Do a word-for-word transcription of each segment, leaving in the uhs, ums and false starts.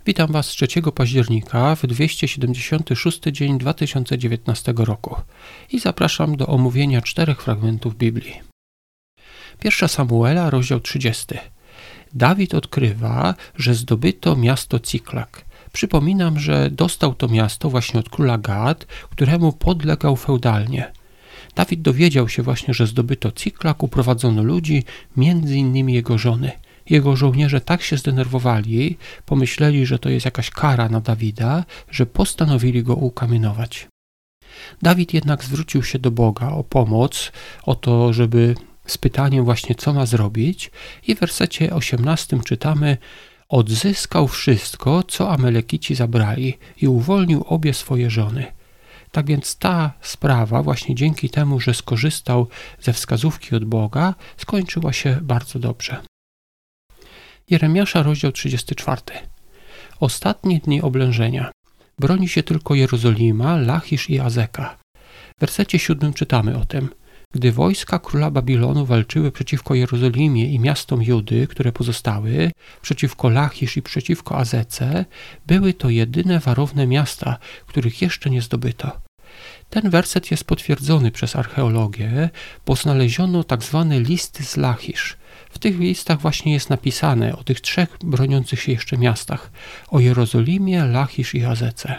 Witam Was trzeciego października w dwieście siedemdziesiąty szósty dzień dwa tysiące dziewiętnastego roku i zapraszam do omówienia czterech fragmentów Biblii. Pierwsza Samuela, rozdział trzydziesty. Dawid odkrywa, że zdobyto miasto Ciklak. Przypominam, że dostał to miasto właśnie od króla Gad, któremu podlegał feudalnie. Dawid dowiedział się właśnie, że zdobyto Ciklak, uprowadzono ludzi, między innymi jego żony. Jego żołnierze tak się zdenerwowali, pomyśleli, że to jest jakaś kara na Dawida, że postanowili go ukamienować. Dawid jednak zwrócił się do Boga o pomoc, o to, żeby z pytaniem właśnie co ma zrobić, i w wersecie osiemnastym czytamy: odzyskał wszystko, co Amalekici zabrali, i uwolnił obie swoje żony. Tak więc ta sprawa, właśnie dzięki temu, że skorzystał ze wskazówki od Boga, skończyła się bardzo dobrze. Jeremiasza, rozdział trzydziesty czwarty. Ostatnie dni oblężenia. Broni się tylko Jerozolima, Lachisz i Azeka. W wersecie siódmym czytamy o tym: gdy wojska króla Babilonu walczyły przeciwko Jerozolimie i miastom Judy, które pozostały, przeciwko Lachisz i przeciwko Azece, były to jedyne warowne miasta, których jeszcze nie zdobyto. Ten werset jest potwierdzony przez archeologię, bo znaleziono tak zwane listy z Lachisz. W tych listach właśnie jest napisane o tych trzech broniących się jeszcze miastach: o Jerozolimie, Lachisz i Azece.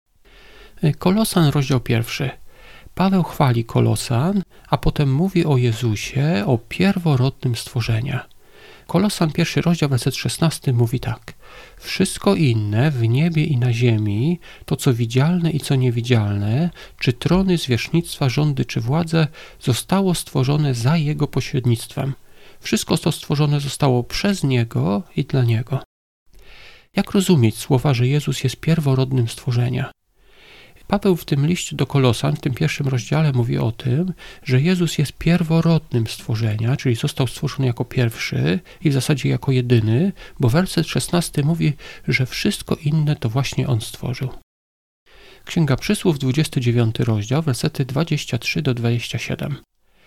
Kolosan, rozdział pierwszy. Paweł chwali Kolosan, a potem mówi o Jezusie, o pierworodnym stworzenia. Kolosan, pierwszy rozdział, werset szesnasty mówi tak: wszystko inne w niebie i na ziemi, to co widzialne i co niewidzialne, czy trony, zwierzchnictwa, rządy czy władze, zostało stworzone za Jego pośrednictwem. Wszystko to stworzone zostało przez Niego i dla Niego. Jak rozumieć słowa, że Jezus jest pierworodnym stworzenia? Paweł w tym liście do Kolosan, w tym pierwszym rozdziale, mówi o tym, że Jezus jest pierworodnym stworzenia, czyli został stworzony jako pierwszy i w zasadzie jako jedyny, bo werset szesnasty mówi, że wszystko inne to właśnie On stworzył. Księga Przysłów, dwudziesty dziewiąty rozdział, wersety dwadzieścia trzy do dwudziestego siódmego.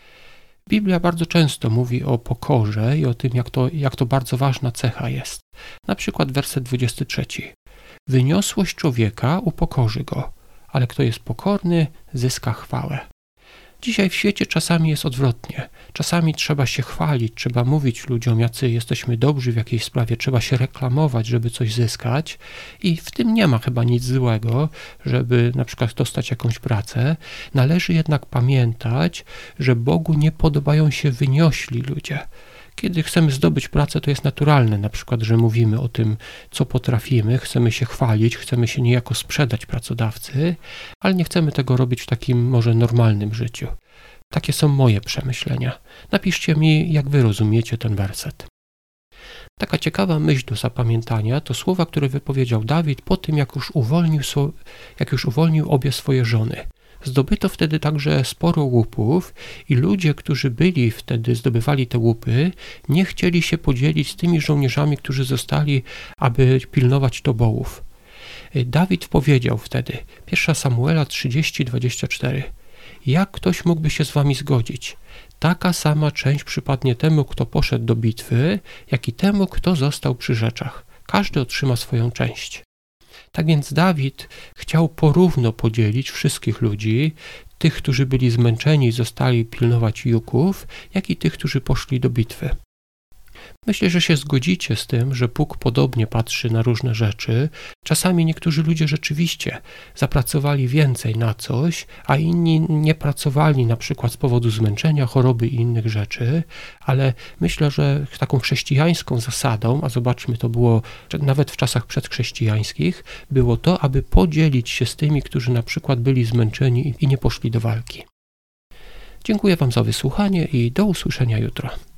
Biblia bardzo często mówi o pokorze i o tym, jak to, jak to bardzo ważna cecha jest. Na przykład werset dwudziesty trzeci. Wyniosłość człowieka upokorzy go, ale kto jest pokorny, zyska chwałę. Dzisiaj w świecie czasami jest odwrotnie. Czasami trzeba się chwalić, trzeba mówić ludziom, jacy jesteśmy dobrzy w jakiejś sprawie, trzeba się reklamować, żeby coś zyskać, i w tym nie ma chyba nic złego, żeby na przykład dostać jakąś pracę. Należy jednak pamiętać, że Bogu nie podobają się wyniośli ludzie. Kiedy chcemy zdobyć pracę, to jest naturalne, na przykład, że mówimy o tym, co potrafimy, chcemy się chwalić, chcemy się niejako sprzedać pracodawcy, ale nie chcemy tego robić w takim może normalnym życiu. Takie są moje przemyślenia. Napiszcie mi, jak wy rozumiecie ten werset. Taka ciekawa myśl do zapamiętania to słowa, które wypowiedział Dawid po tym, jak już uwolnił, jak już uwolnił obie swoje żony. Zdobyto wtedy także sporo łupów i ludzie, którzy byli wtedy, zdobywali te łupy, nie chcieli się podzielić z tymi żołnierzami, którzy zostali, aby pilnować tobołów. Dawid powiedział wtedy, pierwsza Samuela trzydzieści, dwadzieścia cztery. Jak ktoś mógłby się z wami zgodzić? Taka sama część przypadnie temu, kto poszedł do bitwy, jak i temu, kto został przy rzeczach. Każdy otrzyma swoją część. Tak więc Dawid chciał porówno podzielić wszystkich ludzi, tych, którzy byli zmęczeni i zostali pilnować juków, jak i tych, którzy poszli do bitwy. Myślę, że się zgodzicie z tym, że Bóg podobnie patrzy na różne rzeczy. Czasami niektórzy ludzie rzeczywiście zapracowali więcej na coś, a inni nie pracowali na przykład z powodu zmęczenia, choroby i innych rzeczy, ale myślę, że taką chrześcijańską zasadą, a zobaczmy, to było nawet w czasach przedchrześcijańskich, było to, aby podzielić się z tymi, którzy na przykład byli zmęczeni i nie poszli do walki. Dziękuję Wam za wysłuchanie i do usłyszenia jutro.